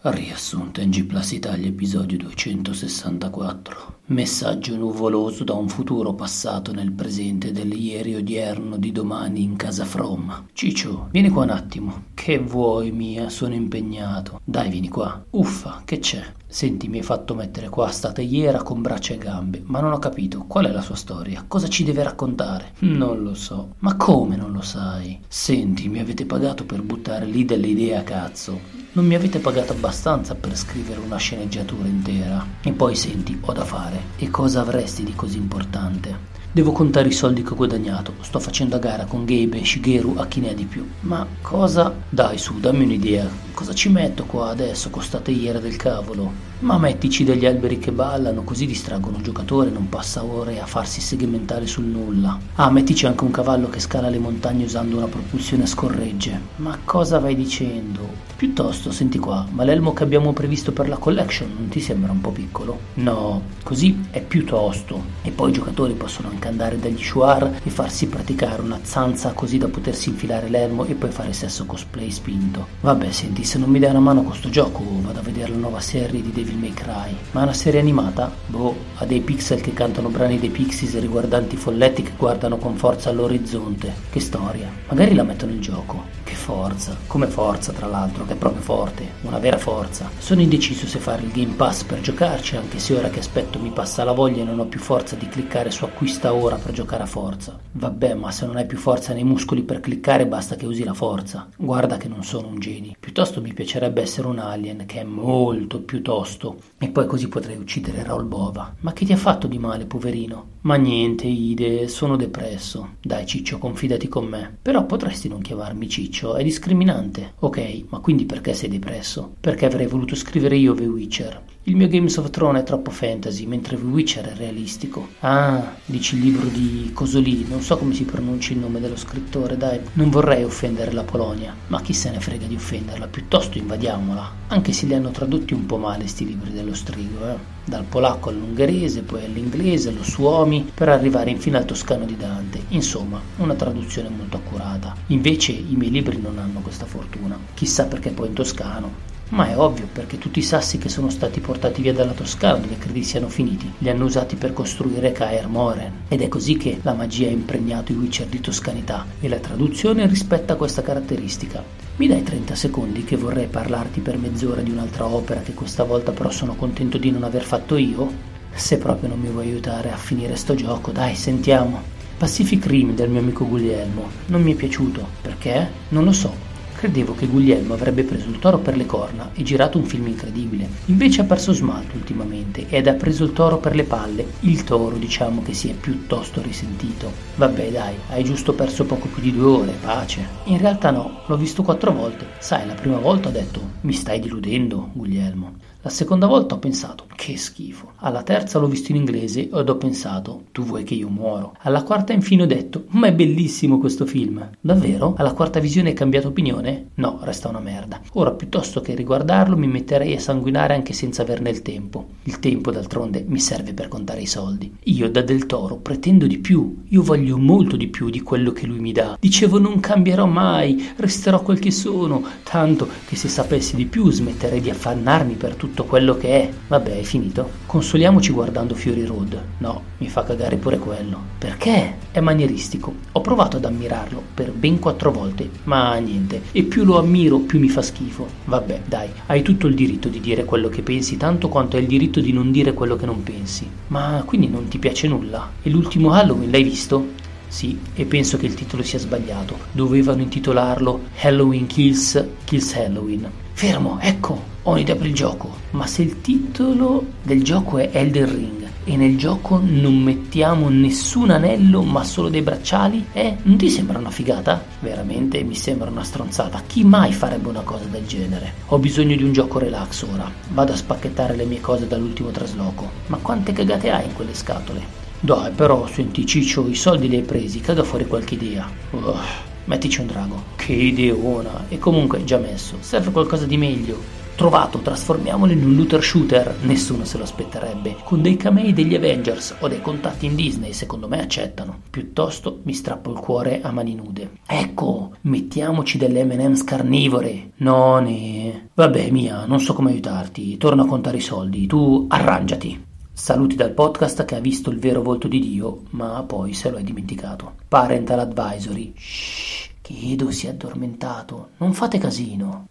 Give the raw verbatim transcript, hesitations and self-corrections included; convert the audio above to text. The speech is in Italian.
Riassunto in G Plus Italia, episodio duecentosessantaquattro. Messaggio nuvoloso da un futuro passato nel presente del ieri odierno di domani in casa From. Ciccio, vieni qua un attimo. Che vuoi, mia? Sono impegnato. Dai, vieni qua. Uffa, che c'è? Senti, mi hai fatto mettere qua sta teiera con braccia e gambe, ma non ho capito, qual è la sua storia? Cosa ci deve raccontare? Non lo so. Ma come non lo sai? Senti, mi avete pagato per buttare lì delle idee a cazzo. Non mi avete pagato abbastanza per scrivere una sceneggiatura intera. E poi senti, ho da fare. E cosa avresti di così importante? Devo contare i soldi che ho guadagnato. Sto facendo a gara con Gabe e Shigeru a chi ne ha di più. Ma cosa? Dai su, dammi un'idea. Cosa ci metto qua adesso con sta teiera del cavolo? Ma mettici degli alberi che ballano, così distraggono il giocatore e non passa ore a farsi segmentare sul nulla. Ah, mettici anche un cavallo che scala le montagne usando una propulsione a scorregge. Ma cosa vai dicendo? Piuttosto, senti qua, ma l'elmo che abbiamo previsto per la collection non ti sembra un po' piccolo? No, così è più tosto. E poi i giocatori possono anche andare dagli shuar e farsi praticare una zanza così da potersi infilare l'elmo e poi fare sesso cosplay spinto. Vabbè, senti, se non mi dai una mano con sto gioco vado a vedere la nuova serie di Devil May Cry. Ma è una serie animata? Boh, ha dei pixel che cantano brani dei Pixies riguardanti folletti che guardano con forza all'orizzonte. Che storia. Magari la mettono in gioco. Che forza. Come forza, tra l'altro, che è proprio forte. Una vera forza. Sono indeciso se fare il Game Pass per giocarci, anche se ora che aspetto mi passa la voglia e non ho più forza di cliccare su acquista ora per giocare a Forza. Vabbè, ma se non hai più forza nei muscoli per cliccare basta che usi la forza. Guarda che non sono un genio. Piuttosto mi piacerebbe essere un alien, che è molto più tosto. E poi così potrei uccidere Raoul Bova. Ma che ti ha fatto di male, poverino? Ma niente, Ide, sono depresso. Dai, Ciccio, confidati con me. Però potresti non chiamarmi Ciccio, è discriminante. Ok, ma quindi perché sei depresso? Perché avrei voluto scrivere io The Witcher. Il mio Games of Thrones è troppo fantasy, mentre The Witcher è realistico. Ah, dici il libro di Cosolì, non so come si pronuncia il nome dello scrittore, dai. Non vorrei offendere la Polonia, ma chi se ne frega di offenderla, piuttosto invadiamola. Anche se li hanno tradotti un po' male sti libri dello strigo, eh. Dal polacco all'ungherese, poi all'inglese, allo suomi, per arrivare infine al toscano di Dante. Insomma, una traduzione molto accurata. Invece i miei libri non hanno questa fortuna. Chissà perché poi in toscano. Ma è ovvio, perché tutti i sassi che sono stati portati via dalla Toscana, dove credi siano finiti, li hanno usati per costruire Kaer Morhen. Ed è così che la magia ha impregnato i Witcher di toscanità, e la traduzione rispetta questa caratteristica. Mi dai trenta secondi che vorrei parlarti per mezz'ora di un'altra opera che questa volta però sono contento di non aver fatto io? Se proprio non mi vuoi aiutare a finire sto gioco, dai, sentiamo. Pacific Rim del mio amico Guglielmo. Non mi è piaciuto. Perché? Non lo so. Credevo che Guglielmo avrebbe preso il toro per le corna e girato un film incredibile. Invece ha perso smalto ultimamente ed ha preso il toro per le palle. Il toro, diciamo che si è piuttosto risentito. Vabbè dai, hai giusto perso poco più di due ore, pace. In realtà no, l'ho visto quattro volte. Sai, la prima volta ho detto, mi stai deludendo, Guglielmo. La seconda volta ho pensato, che schifo. Alla terza l'ho visto in inglese ed ho pensato, tu vuoi che io muoro. Alla quarta infine ho detto, ma è bellissimo questo film. Davvero? Alla quarta visione hai cambiato opinione? No, resta una merda. Ora, piuttosto che riguardarlo, mi metterei a sanguinare anche senza averne il tempo. Il tempo, d'altronde, mi serve per contare i soldi. Io da Del Toro pretendo di più. Io voglio molto di più di quello che lui mi dà. Dicevo, non cambierò mai, resterò quel che sono. Tanto che se sapessi di più smetterei di affannarmi per tutto tutto quello che è. Vabbè, hai finito? Consoliamoci guardando Fury Road. No, mi fa cagare pure quello. Perché? È manieristico. Ho provato ad ammirarlo per ben quattro volte, ma niente. E più lo ammiro, più mi fa schifo. Vabbè, dai, hai tutto il diritto di dire quello che pensi, tanto quanto hai il diritto di non dire quello che non pensi. Ma quindi non ti piace nulla? E l'ultimo Halloween l'hai visto? Sì, e penso che il titolo sia sbagliato. Dovevano intitolarlo Halloween Kills, Kills Halloween. Fermo, ecco, ho un'idea per il gioco. Ma se il titolo del gioco è Elden Ring e nel gioco non mettiamo nessun anello ma solo dei bracciali, eh? Non ti sembra una figata? Veramente mi sembra una stronzata. Chi mai farebbe una cosa del genere? Ho bisogno di un gioco relax ora. Vado a spacchettare le mie cose dall'ultimo trasloco. Ma quante cagate hai in quelle scatole? Dai, però, senti Ciccio, i soldi li hai presi, caga fuori qualche idea. Uff, mettici un drago. Che ideona. E comunque, già messo. Serve qualcosa di meglio. trovato, trasformiamolo in un looter shooter, nessuno se lo aspetterebbe, con dei camei degli Avengers o dei contatti in Disney, secondo me accettano. Piuttosto mi strappo il cuore a mani nude. Ecco, mettiamoci delle emme and emm's carnivore. No, ne... Vabbè, Mia, non so come aiutarti, torno a contare i soldi, tu arrangiati. Saluti dal podcast che ha visto il vero volto di Dio, ma poi se lo è dimenticato. Parental advisory. Shh, che Edo si è addormentato, non fate casino.